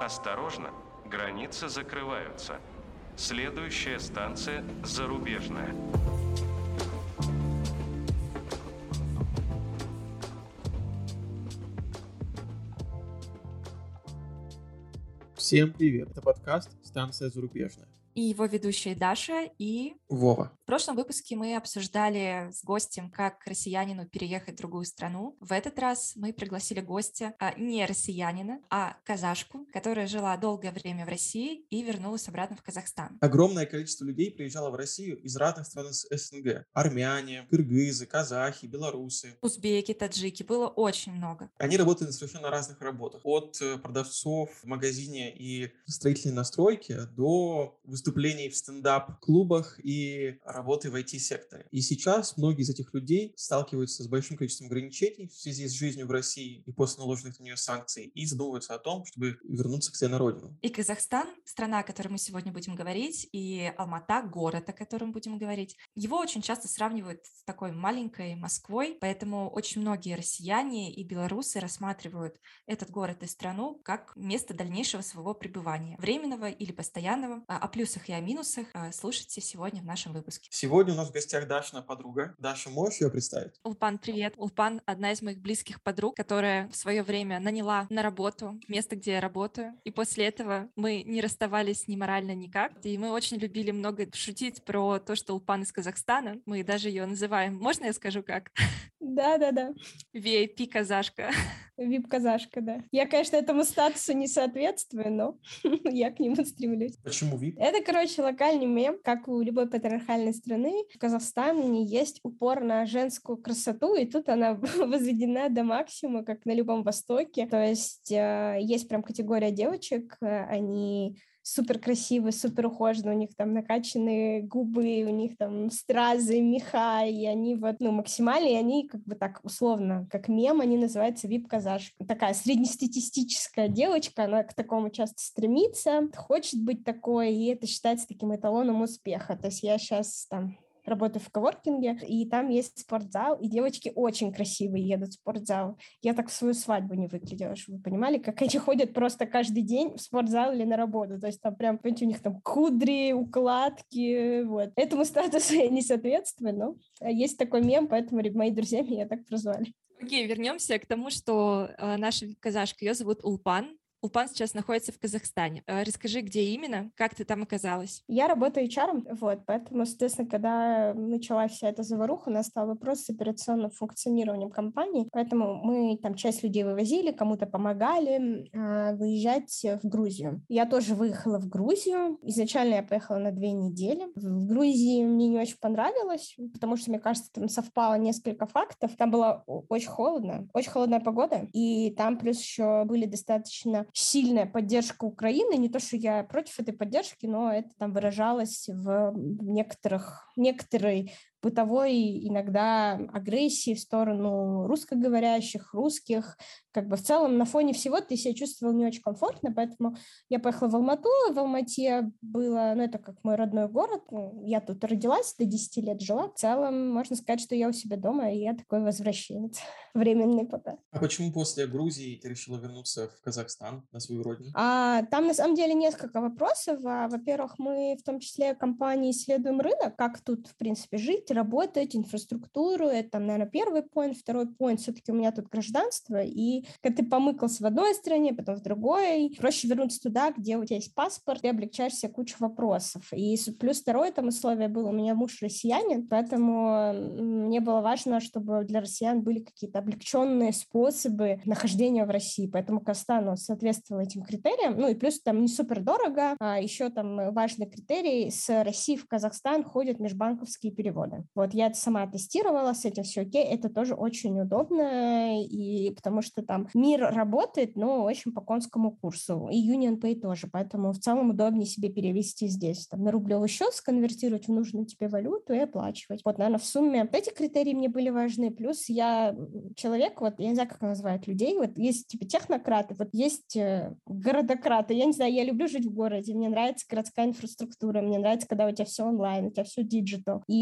Осторожно, границы закрываются. Следующая станция Зарубежная. Всем привет! Это подкаст «Станция Зарубежная». И его ведущие Даша и Вова. В прошлом выпуске мы обсуждали с гостем, как россиянину переехать в другую страну. В этот раз мы пригласили гостя не россиянина, а казашку, которая жила долгое время в России и вернулась обратно в Казахстан. Огромное количество людей приезжало в Россию из разных стран СНГ. Армяне, кыргызы, казахи, белорусы. Узбеки, таджики. Было очень много. Они работали на совершенно разных работах. От продавцов в магазине и строительной настройки до выступлений в стендап-клубах и работы в IT-секторе. И сейчас многие из этих людей сталкиваются с большим количеством ограничений в связи с жизнью в России и после наложенных на нее санкций и задумываются о том, чтобы вернуться к себе на родину. И Казахстан, страна, о которой мы сегодня будем говорить, и Алмата, город, о котором будем говорить, его очень часто сравнивают с такой маленькой Москвой, поэтому очень многие россияне и белорусы рассматривают этот город и страну как место дальнейшего своего пребывания, временного или постоянного. О плюсах и о минусах слушайте сегодня в нашем выпуске. Сегодня у нас в гостях Дашина подруга. Даша, можешь ее представить? Улпан, привет. Улпан — одна из моих близких подруг, которая в свое время наняла на работу место, где я работаю. И после этого мы не расставались ни морально, никак. И мы очень любили много шутить про то, что Улпан из Казахстана. Мы даже ее называем, можно я скажу как? Да. VIP-казашка. VIP-казашка, да. Я, конечно, этому статусу не соответствую, но я к нему стремлюсь. Почему VIP? Это, короче, локальный мем, как у любой патриархальной страны. В Казахстане есть упор на женскую красоту, и тут она возведена до максимума, как на любом Востоке. То есть есть прям категория девочек, они супер красивые, супер ухоженные, у них там накачанные губы, у них там стразы, меха, и они вот, максимально, и они как бы так условно, как мем, они называются VIP-казашка. Такая среднестатистическая девочка, она к такому часто стремится, хочет быть такой, и это считается таким эталоном успеха. То есть я сейчас там работаю в коворкинге, и там есть спортзал, и девочки очень красивые едут в спортзал. Я так в свою свадьбу не выглядела, чтобы вы понимали, как они ходят просто каждый день в спортзал или на работу. То есть там прям, понимаете, у них там кудри, укладки, вот. Этому статусу я не соответствую, но есть такой мем, поэтому мои друзья меня так прозвали. Окей, вернемся к тому, что наша казашка, ее зовут Улпан. Улпан сейчас находится в Казахстане. Расскажи, где именно, как ты там оказалась? Я работаю HR, вот, поэтому, соответственно, когда началась вся эта заваруха, настал вопрос с операционным функционированием компании, поэтому мы там часть людей вывозили, кому-то помогали выезжать в Грузию. Я тоже выехала в Грузию. Изначально я поехала на 2 недели. В Грузии мне не очень понравилось, потому что, мне кажется, там совпало несколько фактов. Там было очень холодно, очень холодная погода, и там плюс еще были достаточно сильная поддержка Украины. Не то, что я против этой поддержки, но это там выражалось в некоторой бытовой иногда агрессии в сторону русскоговорящих, русских. Как бы в целом на фоне всего ты себя чувствовал не очень комфортно, поэтому я поехала в Алмату. В Алмате было, это как мой родной город. Я тут родилась, до 10 лет жила. В целом можно сказать, что я у себя дома, и я такой возвращенец. Временный пока. А почему после Грузии ты решила вернуться в Казахстан, на свою родину? Там на самом деле несколько вопросов. Во-первых, мы в том числе компании исследуем рынок, как тут, в принципе, жить, работать, инфраструктуру. Это, там, наверное, первый поинт. Второй поинт, все-таки у меня тут гражданство, и когда ты помыкался в одной стране, потом в другой, проще вернуться туда, где у тебя есть паспорт, и облегчаешь себе кучу вопросов. И плюс второе там условие было, у меня муж россиянин, поэтому мне было важно, чтобы для россиян были какие-то облегченные способы нахождения в России, поэтому Казахстан соответствовал этим критериям, и плюс там не супер дорого, а еще там важный критерий, с России в Казахстан ходят межбанковские переводы. Вот я это сама тестировала, с этим все окей, это тоже очень удобно, и потому что там мир работает, но очень по конскому курсу, и UnionPay тоже, поэтому в целом удобнее себе перевести здесь, там на рублевый счет сконвертировать в нужную тебе валюту и оплачивать. Вот, наверное, в сумме эти критерии мне были важны, плюс я человек, я не знаю, как называют людей, есть типа технократы, есть городократы, я не знаю, я люблю жить в городе, мне нравится городская инфраструктура, мне нравится, когда у тебя все онлайн, у тебя все диджитал, и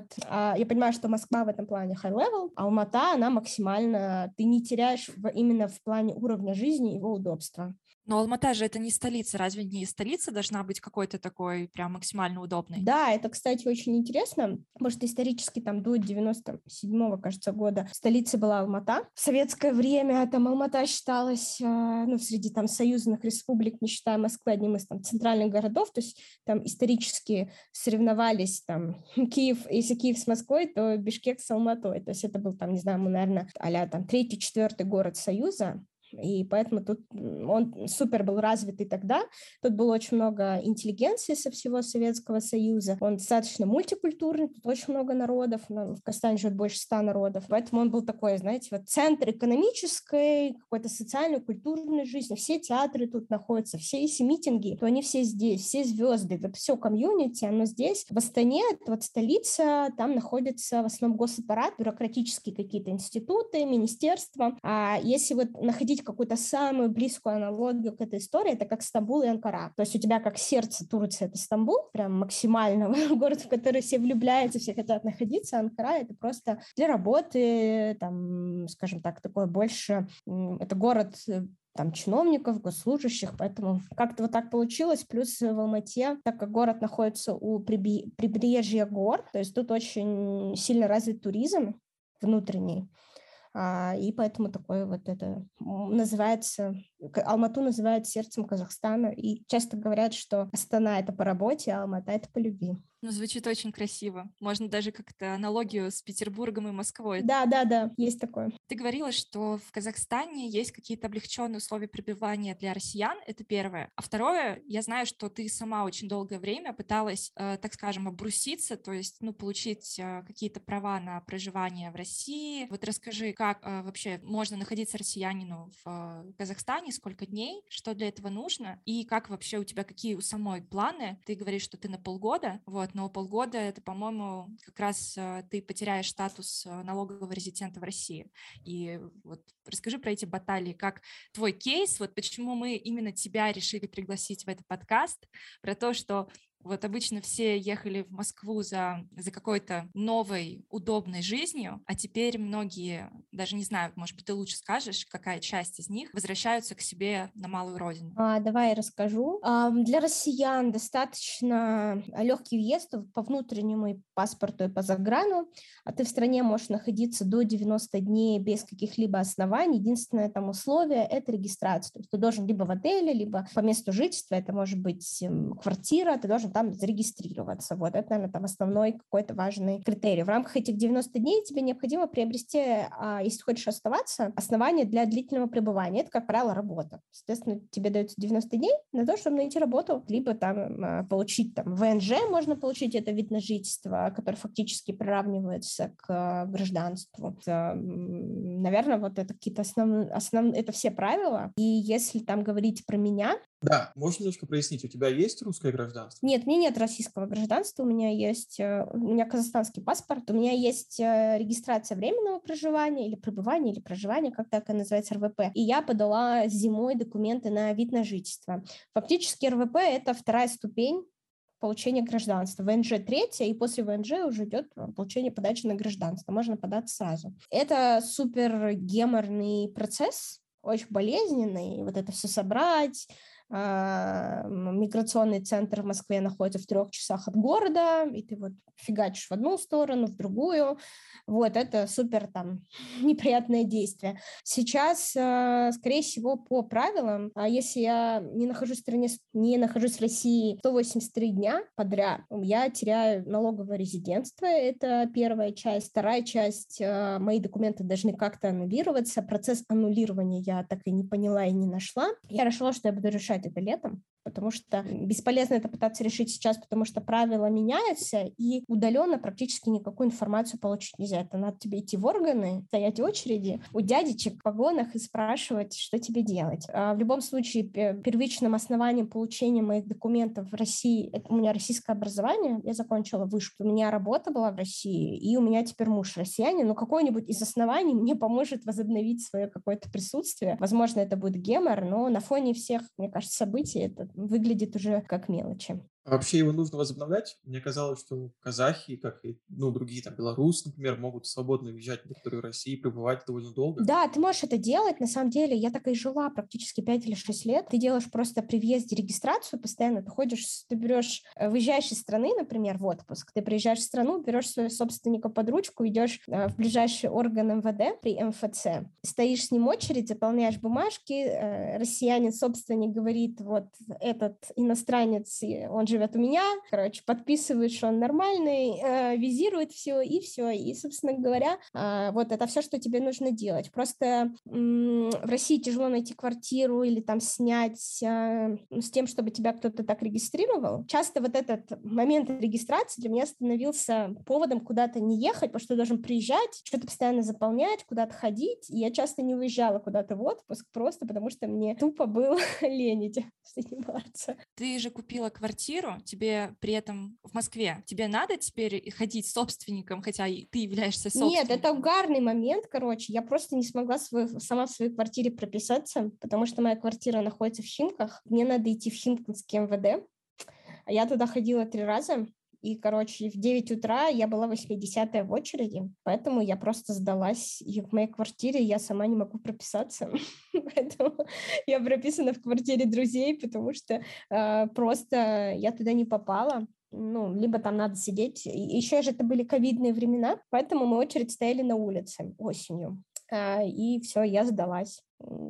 Я понимаю, что Москва в этом плане high level, а Алмата, она максимально... Ты не теряешь именно в плане уровня жизни его удобства. Но Алмата же это не столица. Разве не столица должна быть какой-то такой прям максимально удобной? Да, это, кстати, очень интересно, потому что исторически там до 97-го, кажется, года столицей была Алмата. В советское время там Алмата считалась, среди там союзных республик, не считая Москвы, одним из там центральных городов, то есть там исторически соревновались там Киев, если Киев с Москвой, то Бишкек с Алматой, то есть это был там, не знаю, наверное, а-ля там 3-4 город Союза. И поэтому тут он супер был развитый тогда. Тут было очень много интеллигенции со всего Советского Союза. Он достаточно мультикультурный, тут очень много народов. В Казахстане живет больше 100 народов. Поэтому он был такой, знаете, вот центр экономической, какой-то социальной, культурной жизни. Все театры тут находятся, все эти митинги, то они все здесь, все звезды, вот все комьюнити, оно здесь. В Астане, вот столица, там находится в основном госаппарат, бюрократические какие-то институты, министерства. А если вот находить какую-то самую близкую аналогию к этой истории, это как Стамбул и Анкара. То есть у тебя как сердце Турции — это Стамбул, прям максимально город, в который все влюбляются, все хотят находиться, а Анкара — это просто для работы, там, скажем так, такое больше, это город там чиновников, госслужащих, поэтому как-то вот так получилось. Плюс в Алмате, так как город находится у прибрежья гор, то есть тут очень сильно развит туризм внутренний, и поэтому такое вот это называется, Алмату называют сердцем Казахстана, и часто говорят, что Астана — это по работе, а Алмата — это по любви. Ну, звучит очень красиво. Можно даже как-то аналогию с Петербургом и Москвой. Да, есть такое. Ты говорила, что в Казахстане есть какие-то облегченные условия пребывания для россиян, это первое. А второе, я знаю, что ты сама очень долгое время пыталась, так скажем, обруситься, то есть, получить какие-то права на проживание в России. Вот расскажи, как вообще можно находиться россиянину в Казахстане, сколько дней, что для этого нужно, и как вообще у тебя, какие у самой планы. Ты говоришь, что ты на полгода, но полгода это, по-моему, как раз ты потеряешь статус налогового резидента в России. И вот расскажи про эти баталии, как твой кейс, вот почему мы именно тебя решили пригласить в этот подкаст, про то, что вот обычно все ехали в Москву за какой-то новой, удобной жизнью, а теперь многие, даже не знаю, может быть, ты лучше скажешь, какая часть из них возвращаются к себе на малую родину. Давай я расскажу. Для россиян достаточно легкий въезд по внутреннему паспорту и по заграну, а ты в стране можешь находиться до 90 дней без каких-либо оснований. Единственное там условие — это регистрация. То есть ты должен либо в отеле, либо по месту жительства, это может быть квартира, ты должен там зарегистрироваться. Вот это, наверное, там основной какой-то важный критерий. В рамках этих 90 дней тебе необходимо приобрести, если хочешь оставаться, основания для длительного пребывания. Это, как правило, работа. Соответственно, тебе дается 90 дней на то, чтобы найти работу, либо там получить там ВНЖ, можно получить, это вид на жительство, который фактически приравнивается к гражданству. Наверное, вот это какие-то основные, это все правила. И если там говорить про меня... Да, можешь немножко прояснить, у тебя есть русское гражданство? Нет, у меня нет российского гражданства, у меня казахстанский паспорт, у меня есть регистрация временного проживания или пребывания, или проживания, как так и называется, РВП. И я подала зимой документы на вид на жительство. Фактически РВП — это вторая ступень получения гражданства. ВНЖ третья, и после ВНЖ уже идет получение подачи на гражданство. Можно податься сразу. Это супер геморный процесс, очень болезненный. Вот это все собрать. Миграционный центр в Москве находится в 3 часах от города, и ты вот фигачишь в одну сторону, в другую. Вот, это супер там неприятное действие. Сейчас, скорее всего, по правилам, если я не нахожусь в стране, не нахожусь в России 183 дня подряд, я теряю налоговое резидентство, это первая часть. Вторая часть, мои документы должны как-то аннулироваться. Процесс аннулирования я так и не поняла и не нашла. Я решила, что я буду решать это летом, потому что бесполезно это пытаться решить сейчас, потому что правила меняются, и удаленно практически никакую информацию получить нельзя. Это надо тебе идти в органы, стоять в очереди у дядечек в погонах и спрашивать, что тебе делать. В любом случае, первичным основанием получения моих документов в России, это у меня российское образование, я закончила вышку, у меня работа была в России, и у меня теперь муж россиянин, но какое-нибудь из оснований мне поможет возобновить свое какое-то присутствие. Возможно, это будет гемор, но на фоне всех, мне кажется, событий это выглядит уже как мелочи. А вообще его нужно возобновлять? Мне казалось, что казахи, как и другие, там, белорусы, например, могут свободно въезжать на территорию России, пребывать довольно долго. Да, ты можешь это делать. На самом деле, я так и жила практически 5 или 6 лет. Ты делаешь просто при въезде регистрацию постоянно. Ты ходишь, ты берешь, выезжаешь из страны, например, в отпуск. Ты приезжаешь в страну, берешь своего собственника под ручку, идешь в ближайший орган МВД при МФЦ, стоишь с ним очередь, заполняешь бумажки. Россиянин, собственник, говорит, вот этот иностранец, он живет у меня. Короче, подписывает, что он нормальный, визирует все. И, собственно говоря, вот это все, что тебе нужно делать. Просто в России тяжело найти квартиру или там снять с тем, чтобы тебя кто-то так регистрировал. Часто вот этот момент регистрации для меня становился поводом куда-то не ехать, потому что ты должен приезжать, что-то постоянно заполнять, куда-то ходить. И я часто не выезжала куда-то в отпуск просто потому, что мне тупо было лень этим заниматься. Ты же купила квартиру, тебе при этом в Москве. Тебе надо теперь ходить собственником, хотя и ты являешься собственником? Нет, это угарный момент, короче. Я просто не смогла сама в своей квартире прописаться, потому что моя квартира находится в Химках. Мне надо идти в Химкинский МВД. А я туда ходила 3 раза. И, короче, в 9 утра я была 80-я в очереди, поэтому я просто сдалась. И в моей квартире я сама не могу прописаться. Поэтому я прописана в квартире друзей, потому что просто я туда не попала. Либо там надо сидеть. Еще же это были ковидные времена, поэтому мы очередь стояли на улице осенью. И все, я сдалась.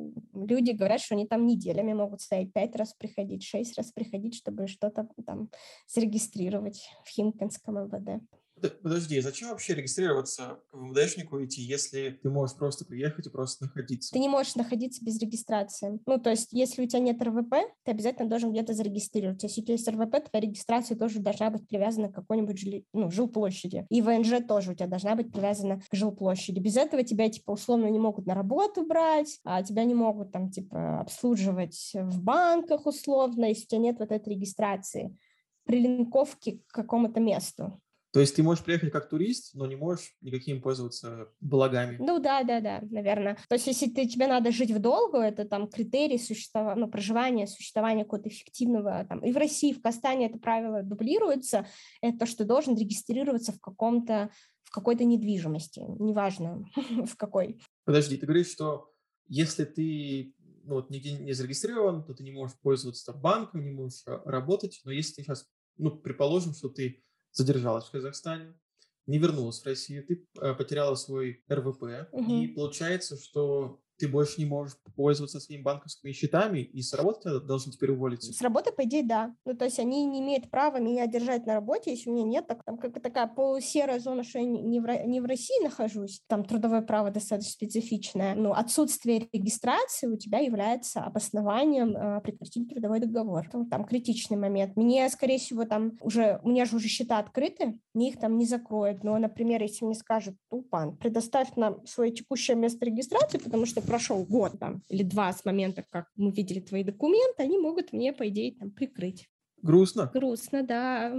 Люди говорят, что они там неделями могут стоять, 5 раз приходить, 6 раз приходить, чтобы что-то там зарегистрировать в Химкинском МВД. Подожди, зачем вообще регистрироваться к МВДшнику идти, если ты можешь просто приехать и просто находиться? Ты не можешь находиться без регистрации. То есть, если у тебя нет РВП, ты обязательно должен где-то зарегистрироваться. Если у тебя есть РВП, твоя регистрация тоже должна быть привязана к какой-нибудь жилплощади. И ВНЖ тоже у тебя должна быть привязана к жилплощади. Без этого тебя, условно не могут на работу брать, а тебя не могут там, обслуживать в банках условно, если у тебя нет вот этой регистрации, прилинковки к какому-то месту. То есть ты можешь приехать как турист, но не можешь никаким пользоваться благами. Да, наверное. То есть если тебе надо жить в долгу, это там критерий проживания, существования какого-то эффективного. И в России, в Казахстане это правило дублируется. Это то, что ты должен регистрироваться в какой-то недвижимости. Неважно, в какой. Подожди, ты говоришь, что если ты нигде не зарегистрирован, то ты не можешь пользоваться банком, не можешь работать. Но если ты сейчас, предположим, что ты задержалась в Казахстане, не вернулась в Россию, ты потеряла свой РВП, и получается, что ты больше не можешь пользоваться своими банковскими счетами, и с работы должны теперь уволиться. С работы, по идее, да. То есть они не имеют права меня держать на работе, если у меня нет, так там как такая полусерая зона, что я не в России нахожусь, там трудовое право достаточно специфичное, но отсутствие регистрации у тебя является обоснованием прекратить трудовой договор. Там критичный момент. Мне, скорее всего, у меня же уже счета открыты, мне их там не закроют. Но, например, если мне скажут, пан, предоставь нам свое текущее место регистрации, потому что прошел год или 2 с момента, как мы видели твои документы, они могут мне, по идее, прикрыть. Грустно? Грустно, да.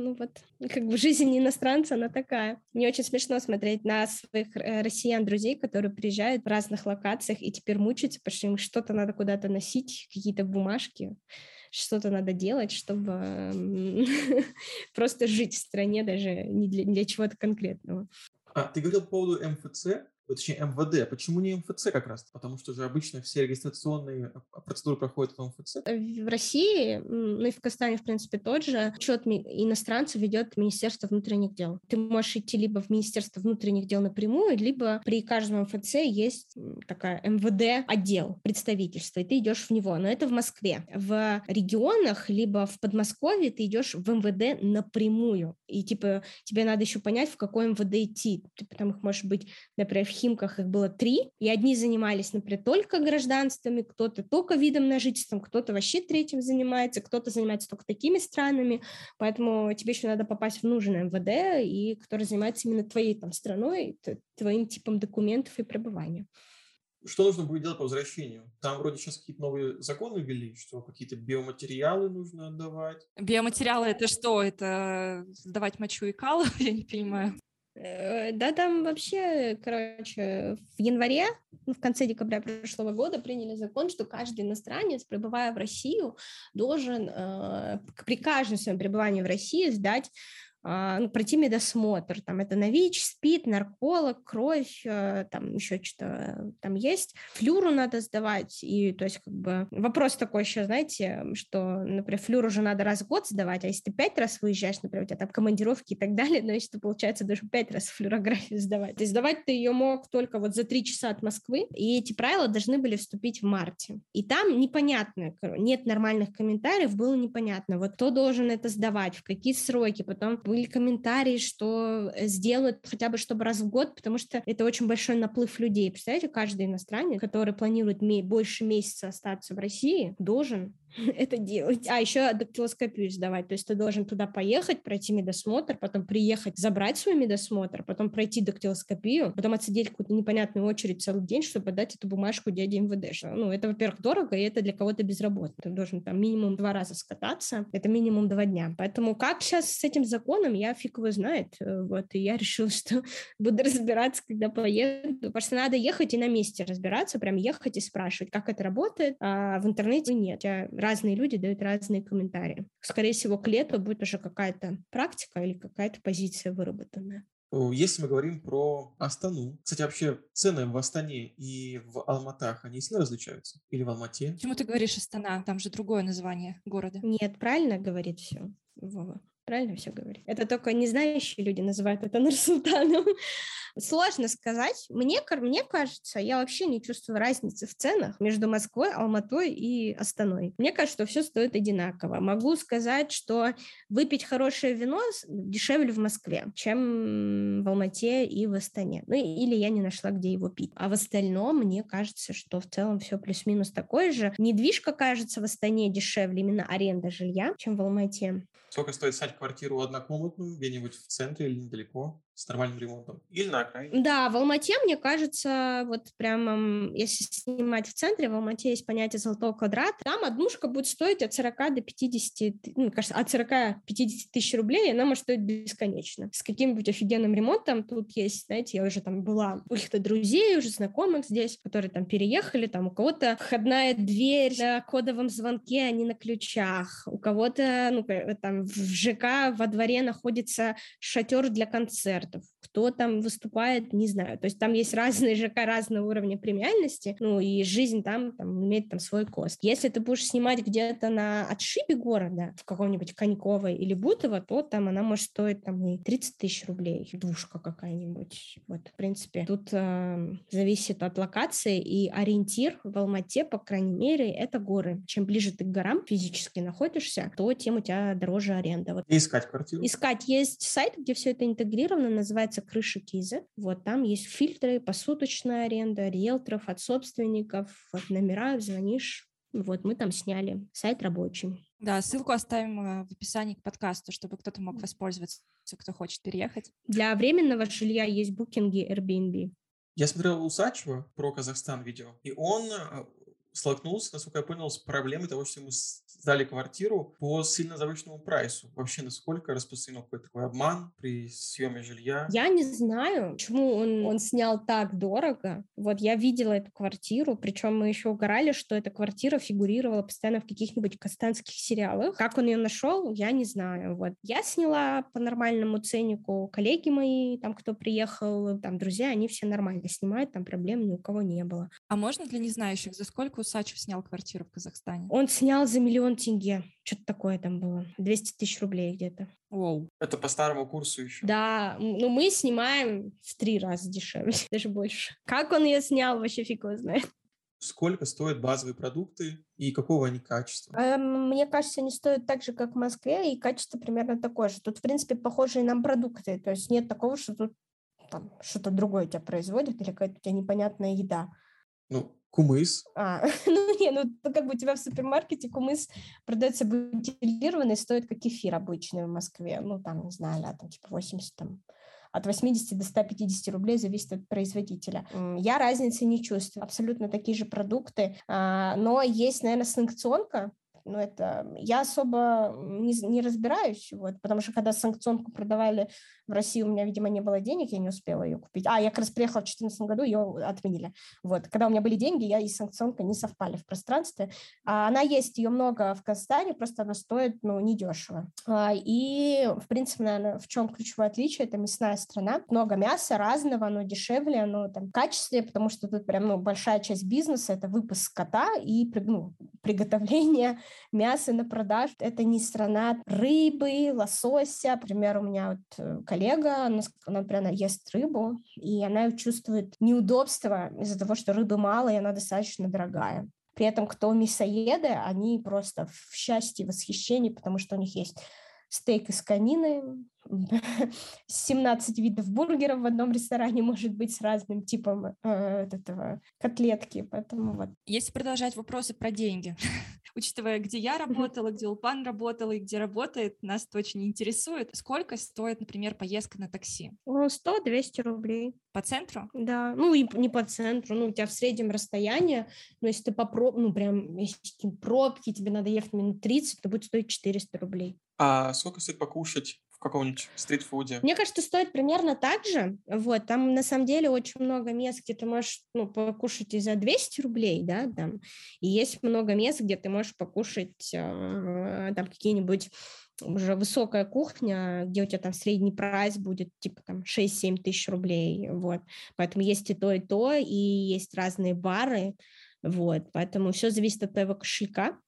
Жизнь иностранца, она такая. Мне очень смешно смотреть на своих россиян-друзей, которые приезжают в разных локациях и теперь мучаются, потому что им что-то надо куда-то носить, какие-то бумажки, что-то надо делать, чтобы просто жить в стране, даже не для чего-то конкретного. Ты говорил по поводу МФЦ, точнее МВД. Почему не МФЦ как раз? Потому что же обычно все регистрационные процедуры проходят в МФЦ. В России, и в Казахстане, в принципе, тот же учет иностранцев ведет Министерство внутренних дел. Ты можешь идти либо в Министерство внутренних дел напрямую, либо при каждом МФЦ есть такая МВД-отдел, представительство, и ты идешь в него. Но это в Москве. В регионах, либо в Подмосковье ты идешь в МВД напрямую. И тебе надо еще понять, в какой МВД идти. Там их может быть, например, в Химках их было 3, и одни занимались, например, только гражданствами, кто-то только видом на жительство, кто-то вообще 3-м занимается, кто-то занимается только такими странами, поэтому тебе еще надо попасть в нужное МВД, и который занимается именно твоей страной, твоим типом документов и пребывания. Что нужно будет делать по возвращению? Там вроде сейчас какие-то новые законы ввели, что какие-то биоматериалы нужно отдавать. Биоматериалы — это что? Это сдавать мочу и кал? Я не понимаю. Да, там вообще, короче, в январе, в конце декабря прошлого года приняли закон, что каждый иностранец, прибывая в Россию, должен при каждом своем пребывании в России сдать пройти медосмотр, там это на ВИЧ, СПИД, нарколог, кровь, там еще что-то там есть, флюру надо сдавать, и то есть как бы вопрос такой еще, знаете, что, например, флюру уже надо раз в год сдавать, а если ты 5 раз выезжаешь, например, у тебя там командировки и так далее, значит, ты, получается, должен 5 раз флюорографию сдавать. То есть сдавать ты ее мог только вот за 3 часа от Москвы, и эти правила должны были вступить в марте. И там непонятно, нет нормальных комментариев, было непонятно, вот кто должен это сдавать, в какие сроки, потом были комментарии, что сделают хотя бы чтобы раз в год, потому что это очень большой наплыв людей. Представляете, каждый иностранец, который планирует больше месяца остаться в России, должен это делать. А еще дактилоскопию сдавать. То есть ты должен туда поехать, пройти медосмотр, потом приехать, забрать свой медосмотр, потом пройти дактилоскопию, потом отсидеть какую-то непонятную очередь целый день, чтобы подать эту бумажку дяде МВД. Ну, это, во-первых, дорого, и это для кого-то безработный. Ты должен там минимум 2 раза скататься. Это минимум 2 дня. Поэтому как сейчас с этим законом, я фиг его знает. Вот, и я решила, что буду разбираться, когда поеду. Потому что надо ехать и на месте разбираться, прям ехать и спрашивать, как это работает. А в интернете нет. Разные люди дают разные комментарии. Скорее всего, к лету будет уже какая-то практика или какая-то позиция выработанная. Если мы говорим про Астану, кстати, вообще цены в Астане и в Алматах, они сильно различаются? Или в Алмате? Почему ты говоришь Астана? Там же другое название города. Нет, правильно говорит все, Вова. Правильно все говорит. Это только незнающие люди называют это Нур-Султаном. Сложно сказать. Мне кажется, я вообще не чувствую разницы в ценах между Москвой, Алматой и Астаной. Мне кажется, что все стоит одинаково. Могу сказать, что выпить хорошее вино дешевле в Москве, чем в Алмате и в Астане. Ну, или я не нашла, где его пить. А в остальном, мне кажется, что в целом все плюс-минус такое же. Недвижка, кажется, в Астане дешевле, именно аренда жилья, чем в Алмате. Сколько стоит снять квартиру однокомнатную где-нибудь в центре или недалеко, с нормальным ремонтом? Или на окраине? Да, в Алмате, мне кажется, вот прямо, если снимать в центре, в Алмате есть понятие золотого квадрата, там однушка будет стоить от 40 до 50, ну, кажется, от 40-50 тысяч рублей, она может стоить бесконечно. С каким-нибудь офигенным ремонтом тут есть, знаете, я уже там была у каких-то друзей, уже знакомых здесь, которые там переехали, там у кого-то входная дверь на кодовом звонке, а не на ключах, у кого-то, ну, там в ЖК во дворе находится шатер для концертов, кто там выступает, не знаю. То есть там есть разные ЖК, разного уровня премиальности, ну и жизнь там имеет там свой кост. Если ты будешь снимать где-то на отшибе города, в каком-нибудь Коньково или Бутово, то там она может стоить там и 30 тысяч рублей, двушка какая-нибудь. Вот, в принципе, тут зависит от локации, и ориентир в Алмате, по крайней мере, это горы. Чем ближе ты к горам физически находишься, то тем у тебя дороже аренда. Вот. И искать квартиру? Искать. Есть сайт, где все это интегрировано, называется «Крыша Кизет». Вот там есть фильтры, посуточная аренда, риэлторов от собственников, от номера, звонишь. Вот мы там сняли. Сайт рабочий. Да, ссылку оставим в описании к подкасту, чтобы кто-то мог воспользоваться, кто хочет переехать. Для временного жилья есть букинги Airbnb. Я смотрел у Сачева про Казахстан видео, и он столкнулся, насколько я понял, с проблемой того, что ему сдали квартиру по сильно завышенному прайсу. Вообще, насколько распространен какой-то такой обман при съеме жилья? Я не знаю, почему он снял так дорого. Вот я видела эту квартиру, причем мы еще угорали, что эта квартира фигурировала постоянно в каких-нибудь казахстанских сериалах. Как он ее нашел, я не знаю. Вот я сняла по нормальному ценнику, коллеги мои, там кто приехал, там друзья, они все нормально снимают, там проблем ни у кого не было. А можно для незнающих, за сколько Усачев снял квартиру в Казахстане? Он снял за 1 000 000 тенге. Что-то такое там было. 200 тысяч рублей где-то. Воу. Это по старому курсу еще? Да, ну мы снимаем в 3 раза дешевле, даже больше. Как он ее снял, вообще фиг его знает. Сколько стоят базовые продукты и какого они качества? Мне кажется, они стоят так же, как в Москве, и качество примерно такое же. Тут, в принципе, похожие нам продукты. То есть нет такого, что тут там что-то другое тебя производит или какая-то у тебя непонятная еда. Ну, кумыс. Как бы у тебя в супермаркете кумыс продается бутилированный, стоит как кефир обычный в Москве. Ну, там, не знаю, там типа 80, там, от 80 до 150 рублей зависит от производителя. Я разницы не чувствую. Абсолютно такие же продукты. Но есть, наверное, санкционка. Ну, это я особо не разбираюсь, вот, потому что когда санкционку продавали в России, у меня, видимо, не было денег, я не успела ее купить. Я как раз приехала в 2014 году, ее отменили. Вот, когда у меня были деньги, я и санкционка не совпали в пространстве. Она есть, ее много в Казахстане, просто она стоит, недешево. И, в принципе, наверное, в чем ключевое отличие? Это мясная страна. Много мяса разного, оно дешевле, оно там качественнее, потому что тут прям, большая часть бизнеса – это выпуск скота и, приготовление мяса на продажу. Это не страна рыбы, лосося. Например, у меня коллега, она, например, ест рыбу, и она чувствует неудобство из-за того, что рыбы мало, и она достаточно дорогая. При этом, кто мясоеды, они просто в счастье, восхищении, потому что у них есть стейк из конины, 17 видов бургеров в одном ресторане, может быть, с разным типом этого котлетки. Поэтому вот. Если продолжать вопросы про деньги, учитывая, где я работала, где Улпан работала и где работает, нас это очень интересует. Сколько стоит, например, поездка на такси? 100-200 рублей. По центру? Да, и не по центру, у тебя в среднем расстояние, но если ты если пробки, тебе надо ехать минут 30, то будет стоить 400 рублей. А сколько стоит покушать в каком-нибудь стритфуде? Мне кажется, стоит примерно так же. Вот, там на самом деле очень много мест, где ты можешь покушать и за 200 рублей, да, там. И есть много мест, где ты можешь покушать там какие-нибудь уже высокая кухня, где у тебя там средний прайс будет типа там 6-7 тысяч рублей, вот. Поэтому есть и то, и есть разные бары, вот. Поэтому все зависит от твоего кошелька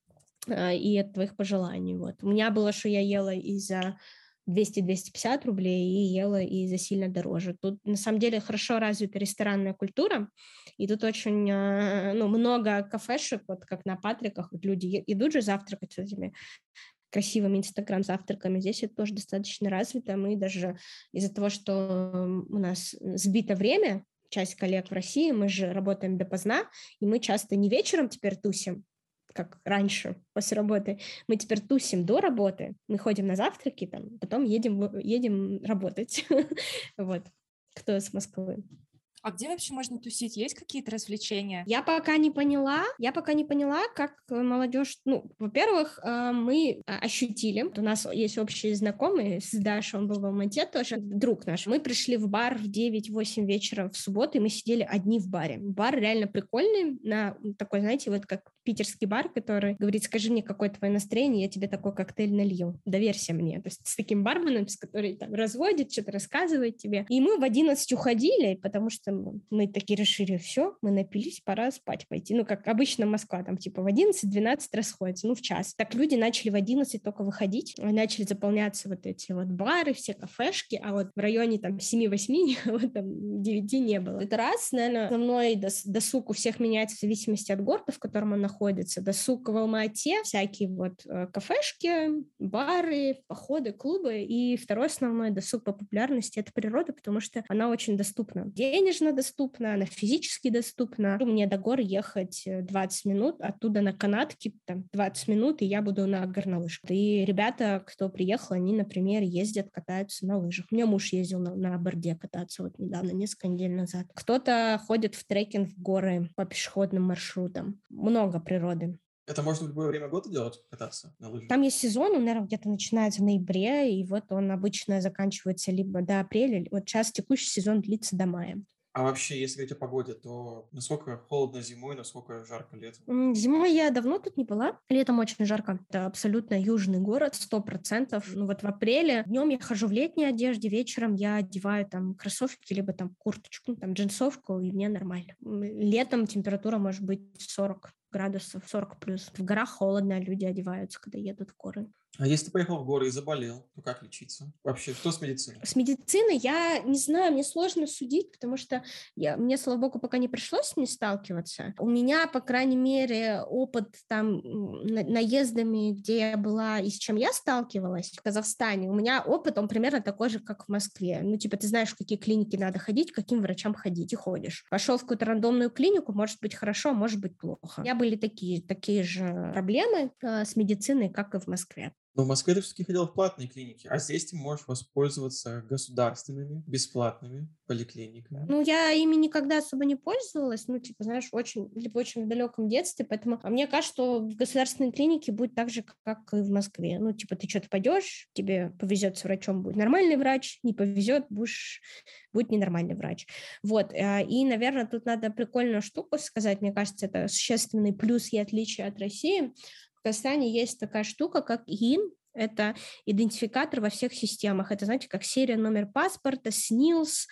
и от твоих пожеланий, вот. У меня было, что я ела и за 200-250 рублей и ела и за сильно дороже. Тут на самом деле хорошо развита ресторанная культура, и тут очень много кафешек, вот как на Патриках, вот люди идут же завтракать с этими красивыми инстаграм-завтраками. Здесь это тоже достаточно развито. Мы даже из-за того, что у нас сбито время, часть коллег в России, мы же работаем допоздна, и мы часто не вечером теперь тусим, как раньше, после работы. Мы теперь тусим до работы, мы ходим на завтраки, потом едем работать. Вот. Кто из Москвы? А где вообще можно тусить? Есть какие-то развлечения? Я пока не поняла, как молодежь... Во-первых, мы ощутили, у нас есть общие знакомые с Дашей, он был в Алмате тоже, друг наш. Мы пришли в бар в 9-8 вечера в субботу, и мы сидели одни в баре. Бар реально прикольный, такой, знаете, вот как питерский бар, который говорит: скажи мне, какое твое настроение, я тебе такой коктейль налью, доверься мне. То есть с таким барменом, с которым там разводит, что-то рассказывает тебе. И мы в 11 уходили, потому что мы такие решили: все, мы напились, пора спать пойти. Как обычно Москва, там типа в 11-12 расходится, в час. Так люди начали в 11 только выходить, начали заполняться вот эти вот бары, все кафешки, а вот в районе там 7-8, вот там 9 не было. Это раз, наверное, основной досуг у всех меняется в зависимости от города, в котором он находится. Досуг в Алма-Ате, всякие вот кафешки, бары, походы, клубы. И второй основной досуг по популярности — это природа, потому что она очень доступна. Денежно доступна, она физически доступна. Мне до гор ехать 20 минут, оттуда на канатке там 20 минут, и я буду на горнолыжках. И ребята, кто приехал, они, например, ездят, катаются на лыжах. У меня муж ездил на борде кататься вот недавно, несколько недель назад. Кто-то ходит в трекинг в горы по пешеходным маршрутам. Много природы. Это можно в любое время года делать, кататься на лыжах? Там есть сезон, он, наверное, где-то начинается в ноябре, и вот он обычно заканчивается либо до апреля, вот сейчас текущий сезон длится до мая. А вообще, если говорить о погоде, то насколько холодно зимой, насколько жарко летом? Зимой я давно тут не была. Летом очень жарко. Это абсолютно южный город, 100%. Вот в апреле днем я хожу в летней одежде, вечером я одеваю там кроссовки, либо там курточку, там джинсовку, и мне нормально. Летом температура может быть 40 градусов, 40 плюс. В горах холодно, люди одеваются, когда едут в горы. А если ты поехал в горы и заболел, то как лечиться? Вообще, что с медициной? С медициной я не знаю, мне сложно судить, потому что мне, слава богу, пока не пришлось с ней сталкиваться. У меня, по крайней мере, опыт там наездами, где я была и с чем я сталкивалась в Казахстане, у меня опыт, он примерно такой же, как в Москве. Ты знаешь, в какие клиники надо ходить, к каким врачам ходить, и ходишь. Пошел в какую-то рандомную клинику, может быть хорошо, может быть плохо. У меня были такие же проблемы с медициной, как и в Москве. Но в Москве ты все-таки ходил в платные клиники, а здесь ты можешь воспользоваться государственными, бесплатными поликлиниками. Ну, я ими никогда особо не пользовалась, ну, типа, знаешь, либо очень в далеком детстве, поэтому мне кажется, что в государственной клинике будет так же, как и в Москве. Ну, типа, ты что-то пойдешь, тебе повезет с врачом, будет нормальный врач, не повезет, будет ненормальный врач. Вот, и, наверное, тут надо прикольную штуку сказать, мне кажется, это существенный плюс и отличие от России. В Казахстане есть такая штука, как ИИН, это идентификатор во всех системах. Это, знаете, как серия, номер паспорта, СНИЛС,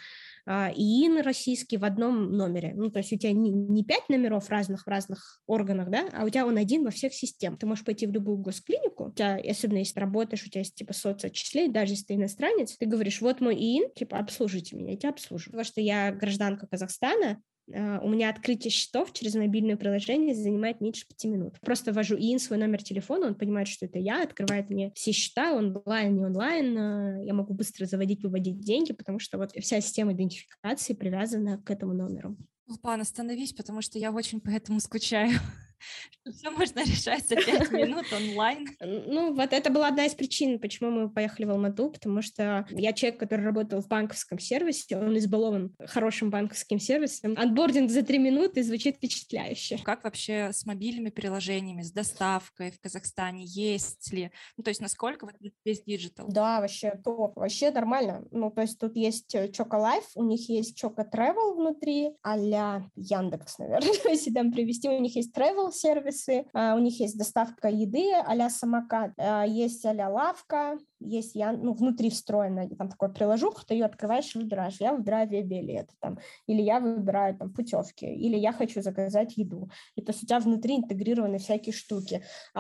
ИИН российский в одном номере. Ну, то есть у тебя не 5 номеров разных в разных органах, да, а у тебя он один во всех системах. Ты можешь пойти в любую госклинику, у тебя, особенно если ты работаешь, у тебя есть типа соцотчисление, даже если ты иностранец, ты говоришь, вот мой ИИН, типа, обслужите меня, я тебя обслуживаю. Потому что я гражданка Казахстана, у меня открытие счетов через мобильное приложение занимает меньше 5 минут. Просто ввожу ИИН, свой номер телефона, он понимает, что это я, открывает мне все счета, онлайн, не онлайн. Я могу быстро заводить, выводить деньги, потому что вот вся система идентификации привязана к этому номеру. Пан, остановись, потому что я очень по этому скучаю. Все можно решать за 5 минут онлайн. Ну, вот это была одна из причин, почему мы поехали в Алмату, потому что я человек, который работал в банковском сервисе, он избалован хорошим банковским сервисом. Анбординг за 3 минуты звучит впечатляюще. Как вообще с мобильными приложениями, с доставкой в Казахстане? Есть ли? Ну, то есть насколько вот весь диджитал? Да, вообще топ, вообще нормально. Ну, то есть тут есть Choco Life, у них есть Choco Travel внутри, а-ля Яндекс, наверное, если там привести. У них есть travel сервисы, у них есть доставка еды а-ля самокат, есть а-ля лавка, есть внутри встроенная, там такой приложуха, ты ее открываешь и выбираешь. Я выбираю авиабилеты, там, или я выбираю там путевки, или я хочу заказать еду. И то есть у тебя внутри интегрированы всякие штуки.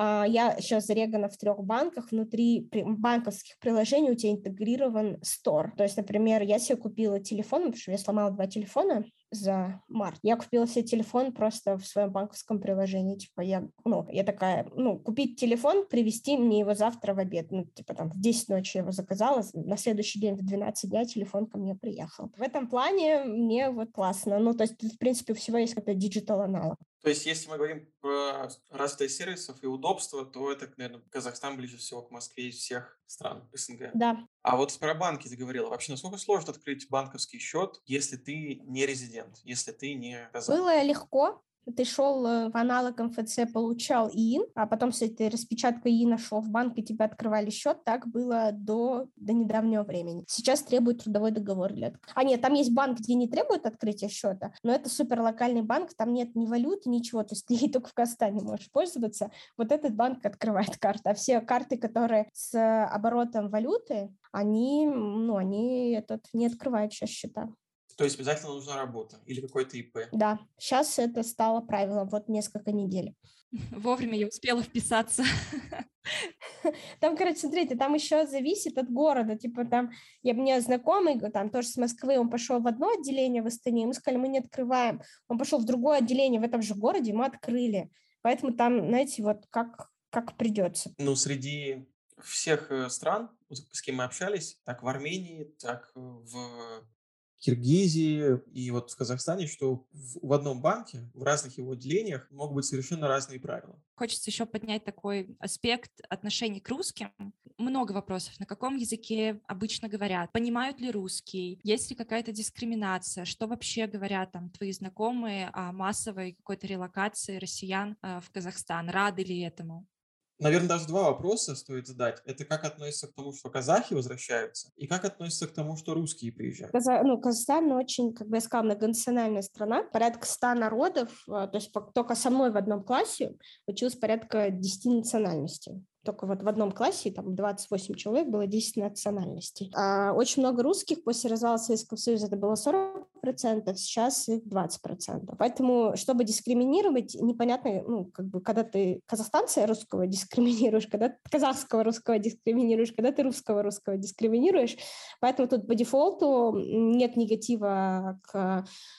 Я сейчас зарегана в 3 банках, внутри банковских приложений у тебя интегрирован стор. То есть, например, я себе купила телефон, потому что я сломала 2 телефона за март. Я купила себе телефон просто в своем банковском приложении. Типа я такая, купить телефон, привезти мне его завтра в обед. Ну, типа там в 10 ночи я его заказала, на следующий день в 12 дня телефон ко мне приехал. В этом плане мне вот классно. Ну, то есть, в принципе, у всего есть какой-то диджитал-аналог. То есть, если мы говорим про развитость сервисов и удобства, то это, наверное, Казахстан ближе всего к Москве из всех стран СНГ. Да. А вот про банки ты говорила. Вообще, насколько сложно открыть банковский счет, если ты не резидент, если ты не казах? Было легко. Ты шел в аналог МФЦ, получал ИИН, а потом с этой распечаткой ИИНа шел в банк, и тебе открывали счет. Так было до недавнего времени. Сейчас требует трудовой договор. Нет, там есть банк, где не требует открытия счета, но это суперлокальный банк, там нет ни валюты, ничего, то есть ты ей только в Казахстане можешь пользоваться. Вот этот банк открывает карты, а все карты, которые с оборотом валюты, они не открывают сейчас счета. То есть обязательно нужна работа или какой-то ИП? Да, сейчас это стало правилом, вот несколько недель. Вовремя я успела вписаться. Там, короче, смотрите, там еще зависит от города. Типа там, у меня знакомый, там тоже с Москвы, он пошел в одно отделение в Астане, мы сказали, мы не открываем. Он пошел в другое отделение в этом же городе, мы открыли. Поэтому там, знаете, вот как придется. Ну, среди всех стран, с кем мы общались, так в Армении, так в Киргизии и вот в Казахстане, что в одном банке, в разных его отделениях могут быть совершенно разные правила. Хочется еще поднять такой аспект отношений к русским. Много вопросов. На каком языке обычно говорят? Понимают ли русский? Есть ли какая-то дискриминация? Что вообще говорят там твои знакомые о массовой какой-то релокации россиян в Казахстан? Рады ли этому? Наверное, даже 2 вопроса стоит задать. Это как относится к тому, что казахи возвращаются, и как относится к тому, что русские приезжают? Казахстан очень, как бы я сказала, многонациональная страна. Порядка 100 народов, то есть только со мной в одном классе училось порядка 10 национальностей. Только вот в одном классе, там 28 человек, было 10 национальностей. Очень много русских. После развала Советского Союза это было 40%, сейчас их 20%. Поэтому, чтобы дискриминировать, непонятно, когда ты казахстанца русского дискриминируешь, когда ты казахского русского дискриминируешь, когда ты русского дискриминируешь. Поэтому тут по дефолту нет негатива к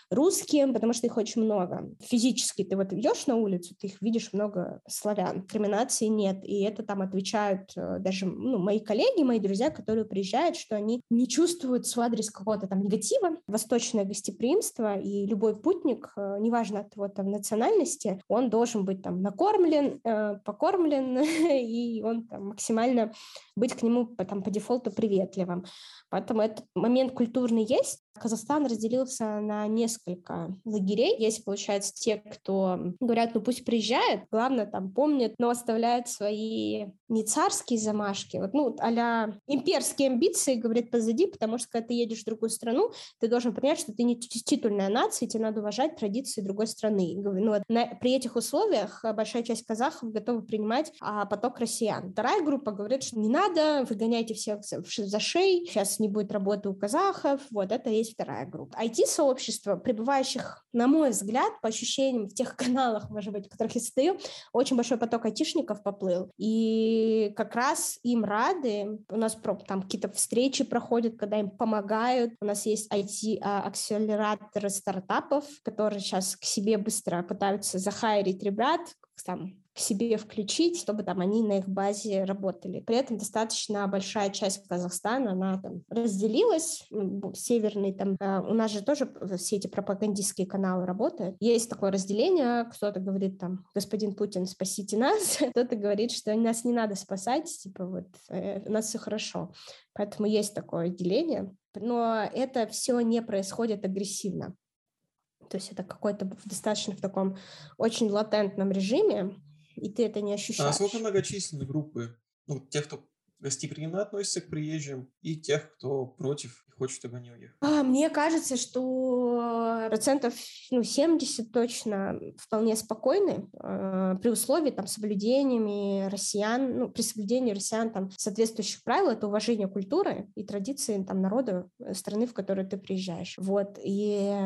русским, потому что их очень много. Физически ты вот идешь на улицу, ты их видишь много славян. Дискриминации нет, и это там отвечают даже мои коллеги, мои друзья, которые приезжают, что они не чувствуют в адрес какого-то там негатива. Восточное гостеприимство, и любой путник, неважно от его там национальности, он должен быть там накормлен, покормлен, и он там максимально быть к нему там по дефолту приветливым. Поэтому этот момент культурный есть. Казахстан разделился на несколько лагерей. Есть, получается, те, кто говорят, пусть приезжает, главное, там, помнит, но оставляют свои не царские замашки, а-ля имперские амбиции, говорит, позади, потому что, когда ты едешь в другую страну, ты должен понять, что ты не титульная нация, тебе надо уважать традиции другой страны. При этих условиях большая часть казахов готова принимать поток россиян. Вторая группа говорит, что не надо, выгоняйте всех за шеи, сейчас не будет работы у казахов, это есть вторая группа. IT-сообщество, пребывающих, на мой взгляд, по ощущениям в тех каналах, может быть, в которых я состою, очень большой поток айтишников поплыл. И как раз им рады. У нас там какие-то встречи проходят, когда им помогают. У нас есть IT-акселераторы стартапов, которые сейчас к себе быстро пытаются захайрить ребят, там, к себе включить, чтобы там они на их базе работали. При этом достаточно большая часть Казахстана, она там разделилась, северный там, у нас же тоже все эти пропагандистские каналы работают. Есть такое разделение, кто-то говорит там, господин Путин, спасите нас, кто-то говорит, что нас не надо спасать, типа у нас все хорошо. Поэтому есть такое деление, но это все не происходит агрессивно. То есть это какой-то достаточно в таком очень латентном режиме, и ты это не ощущаешь. А насколько многочисленны группы? Тех, кто гостеприимно относится к приезжим, и тех, кто против и хочет, чтобы они уехали? Мне кажется, что 70% точно вполне спокойны, при условии там соблюдениями россиян, при соблюдении россиян там соответствующих правил, это уважение культуры и традиции там народа страны, в которую ты приезжаешь. И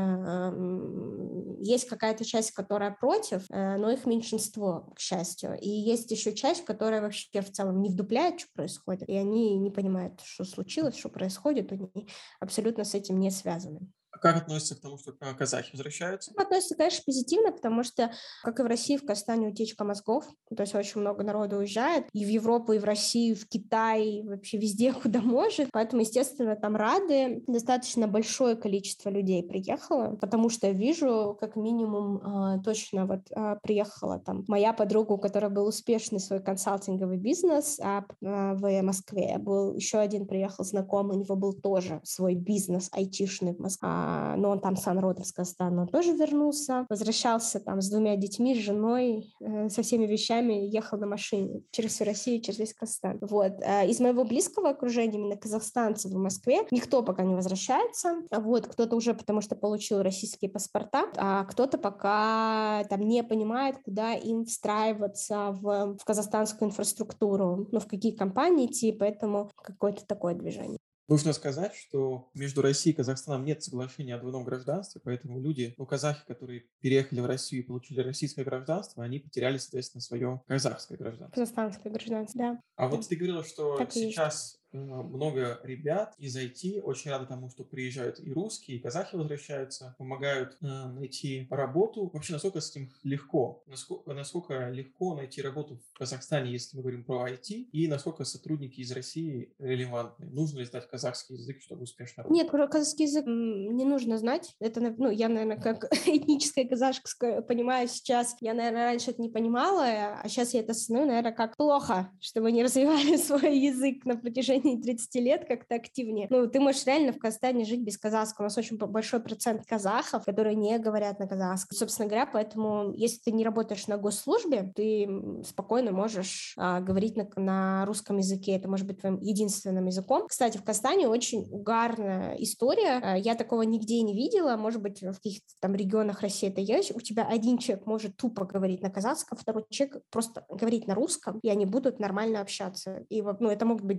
есть какая-то часть, которая против, но их меньшинство, к счастью. И есть еще часть, которая вообще в целом не вдупляет, что происходит, и они не понимают, что случилось, что происходит, они абсолютно с этим не связаны. А как относятся к тому, что казахи возвращаются? Относятся, конечно, позитивно, потому что, как и в России, в Казахстане утечка мозгов, то есть очень много народу уезжает и в Европу, и в Россию, и в Китай, и вообще везде, куда может. Поэтому, естественно, там рады. Достаточно большое количество людей приехало, потому что я вижу, как минимум, точно приехала там моя подруга, у которой был успешный свой консалтинговый бизнес в Москве. Был еще один приехал знакомый, у него был тоже свой бизнес айтишный в Москве. Но он там сам родом с Казахстана, он тоже вернулся, возвращался там с 2 детьми, с женой, со всеми вещами, ехал на машине через всю Россию, через весь Казахстан. Из моего близкого окружения, именно казахстанцев в Москве, никто пока не возвращается. Кто-то уже потому что получил российские паспорта, а кто-то пока там не понимает, куда им встраиваться в казахстанскую инфраструктуру, в какие компании идти, поэтому какое-то такое движение. Нужно сказать, что между Россией и Казахстаном нет соглашения о двойном гражданстве, поэтому люди, казахи, которые переехали в Россию и получили российское гражданство, они потеряли, соответственно, свое казахское гражданство. Казахстанское гражданство, да. А ты говорила, что так сейчас много ребят из IT очень рады тому, что приезжают и русские, и казахи возвращаются, помогают найти работу. Вообще, насколько с этим легко? Насколько легко найти работу в Казахстане, если мы говорим про IT, и насколько сотрудники из России релевантны? Нужно ли знать казахский язык, чтобы успешно работать? Нет, про казахский язык не нужно знать. Это, я, наверное, как этническая казашка понимаю сейчас. Я, наверное, раньше это не понимала, а сейчас я это осознаю, наверное, как плохо, что мы не развивали свой язык на протяжении 30 лет как-то активнее. Ты можешь реально в Казахстане жить без казахского. У нас очень большой процент казахов, которые не говорят на казахском. Собственно говоря, поэтому, если ты не работаешь на госслужбе, ты спокойно можешь говорить на русском языке. Это может быть твоим единственным языком. Кстати, в Казахстане очень угарная история. Я такого нигде не видела. Может быть, в каких-то там регионах России это есть. У тебя один человек может тупо говорить на казахском, второй человек просто говорить на русском, и они будут нормально общаться. И это могут быть 2 казаха,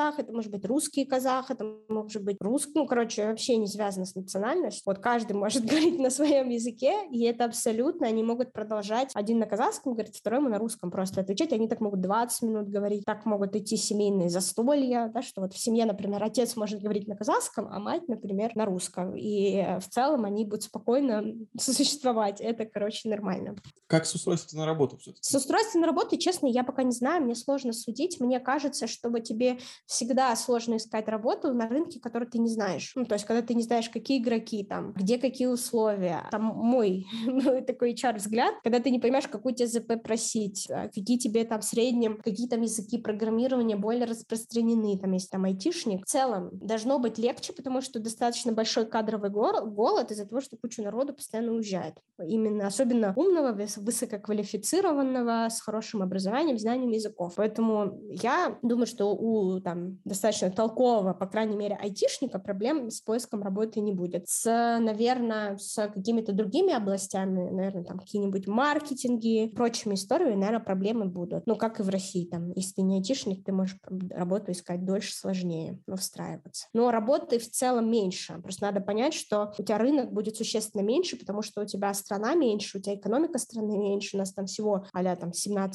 казах, это может быть русский казах, это может быть русский, ну, короче, вообще не связано с национальностью. Вот каждый может говорить на своем языке, и это абсолютно, они могут продолжать один на казахском говорить, второй на русском просто отвечать, они так могут 20 минут говорить, так могут идти семейные застолья, да, что вот в семье, например, отец может говорить на казахском, а мать, например, на русском, и в целом они будут спокойно сосуществовать, это, короче, нормально. Как с устройством на работу все-таки? С устройством на работу, честно, я пока не знаю, мне сложно судить, мне кажется, чтобы тебе всегда сложно искать работу на рынке, который ты не знаешь, ну, то есть, когда ты не знаешь, какие игроки там, где какие условия, там мой такой HR-взгляд, когда ты не понимаешь, какую тебе ЗП просить, какие тебе там в среднем, какие там языки программирования более распространены, там, если там айтишник, в целом должно быть легче, потому что достаточно большой кадровый голод из-за того, что куча народу постоянно уезжает. Именно особенно умного, высококвалифицированного, с хорошим образованием, знанием языков. Поэтому я думаю, что у там достаточно толкового, по крайней мере, айтишника проблем с поиском работы не будет. Наверное, с какими-то другими областями, наверное, там какие-нибудь маркетинги, прочими историями, наверное, проблемы будут. Ну, как и в России, там, если ты не айтишник, ты можешь работу искать дольше, сложнее, встраиваться. Но работы в целом меньше. Просто надо понять, что у тебя рынок будет существенно меньше, потому что у тебя страна меньше, у тебя экономика страны меньше, у нас там всего а-ля там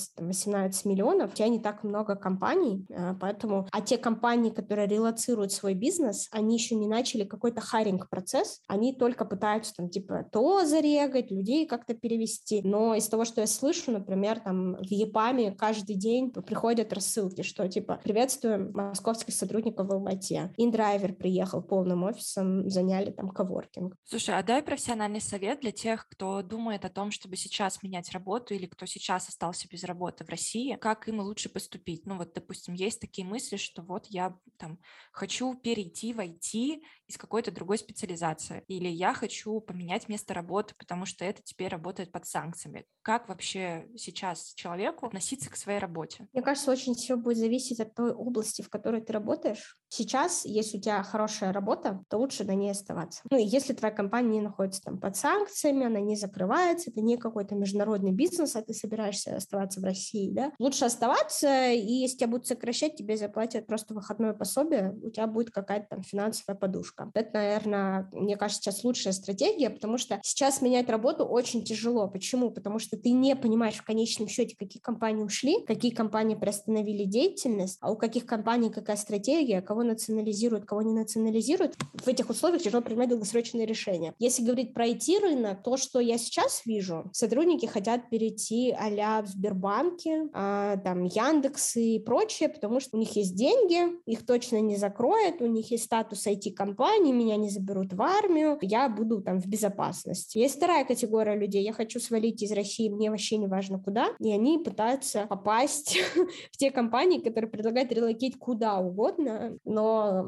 17-18 миллионов, у тебя не так много компаний, поэтому, а те компании, которые релоцируют свой бизнес, они еще не начали какой-то хайринг-процесс, они только пытаются там типа то зарегать, людей как-то перевести, но из того, что я слышу, например, там в ЕПАМе каждый день приходят рассылки, что типа приветствуем московских сотрудников в Алмате, индрайвер приехал полным офисом, заняли там коворкинг. Слушай, а дай профессиональный совет для тех, кто думает о том, чтобы сейчас менять работу или кто сейчас остался без работы в России, как им лучше поступить? Ну вот, допустим, есть такие мысли, что вот я там хочу перейти в IT из какой-то другой специализации, или я хочу поменять место работы, потому что это теперь работает под санкциями. Как вообще сейчас человеку относиться к своей работе? Мне кажется, очень все будет зависеть от той области, в которой ты работаешь. Сейчас, если у тебя хорошая работа, то лучше на ней оставаться. Ну, и если твоя компания не находится там под санкциями, она не закрывается, это не какой-то международный бизнес, а ты собираешься оставаться в России, да, лучше оставаться, и если тебя будут сокращать, тебе заплатят просто выходное пособие, у тебя будет какая-то там финансовая подушка. Это, наверное, мне кажется, сейчас лучшая стратегия, потому что сейчас менять работу очень тяжело. Почему? Потому что ты не понимаешь в конечном счете, какие компании ушли, какие компании приостановили деятельность, а у каких компаний какая стратегия, кого национализируют, кого не национализируют. В этих условиях тяжело принимать долгосрочные решения. Если говорить про IT-рынок, то, что я сейчас вижу, сотрудники хотят перейти а-ля в Сбербанке, там Яндекс и прочее, потому что у них есть деньги, их точно не закроют, у них есть статус IT-компании, меня не заберут в армию, я буду там в безопасности. Есть вторая категория людей, я хочу свалить из России, мне вообще не важно куда, и они пытаются попасть в те компании, которые предлагают релокейт куда угодно, но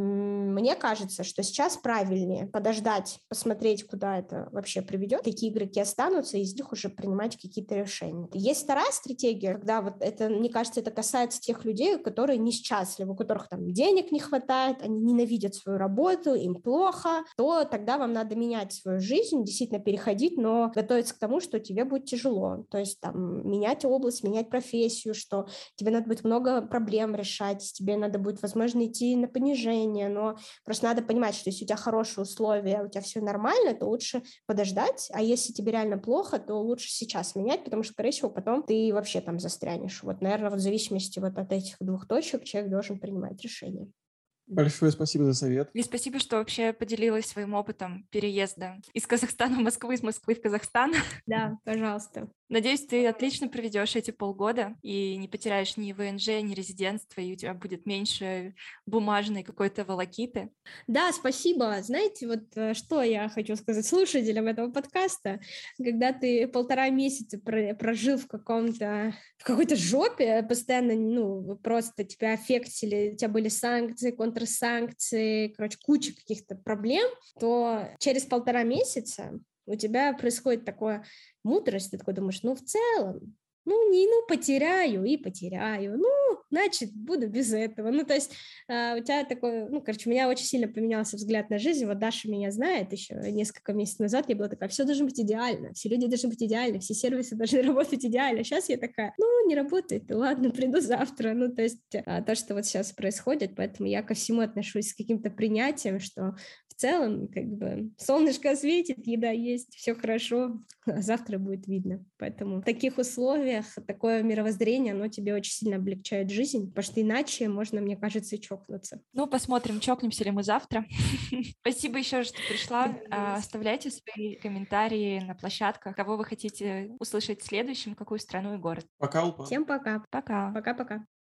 мне кажется, что сейчас правильнее подождать, посмотреть, куда это вообще приведет, какие игроки останутся, и из них уже принимать какие-то решения. Есть вторая стратегия, когда вот это, мне кажется, это касается тех людей, которые несчастливы, у которых там денег не хватает, они ненавидят свою работу, им плохо, то тогда вам надо менять свою жизнь, действительно переходить, но готовиться к тому, что тебе будет тяжело. То есть там менять область, менять профессию, что тебе надо будет много проблем решать, тебе надо будет, возможно, идти на понижение, но просто надо понимать, что если у тебя хорошие условия, у тебя все нормально, то лучше подождать, а если тебе реально плохо, то лучше сейчас менять, потому что, скорее всего, потом ты вообще там застрянешь. Вот, наверное, вот в зависимости вот от этих двух точек человек должен принимать решение. Большое спасибо за совет. И спасибо, что вообще поделилась своим опытом переезда из Казахстана в Москву, из Москвы в Казахстан. Да, пожалуйста. Надеюсь, ты отлично проведешь эти полгода и не потеряешь ни ВНЖ, ни резидентство, и у тебя будет меньше бумажной какой-то волокиты. Да, спасибо. Знаете, вот что я хочу сказать слушателям этого подкаста. Когда ты 1,5 месяца прожил в какой-то жопе, постоянно, ну, просто тебя аффектили, у тебя были санкции, контрсанкции, короче, куча каких-то проблем, то через 1,5 месяца у тебя происходит такое мудрость, ты такой думаешь, ну, в целом, потеряю и потеряю, значит, буду без этого. Ну, то есть у тебя такой, ну, короче, у меня очень сильно поменялся взгляд на жизнь. Вот Даша меня знает, еще несколько месяцев назад я была такая, все должно быть идеально, все люди должны быть идеальны, все сервисы должны работать идеально. Сейчас я такая, ну, не работает, ладно, приду завтра. Ну, то есть то, что вот сейчас происходит, поэтому я ко всему отношусь с каким-то принятием, что в целом, как бы, солнышко светит, еда есть, все хорошо, а завтра будет видно. Поэтому в таких условиях такое мировоззрение, оно тебе очень сильно облегчает жизнь, потому что иначе можно, мне кажется, и чокнуться. Ну, посмотрим, чокнемся ли мы завтра. Спасибо еще, что пришла. Оставляйте свои комментарии на площадках, кого вы хотите услышать следующим, какую страну и город. Пока, Упа. Всем пока. Пока. Пока-пока.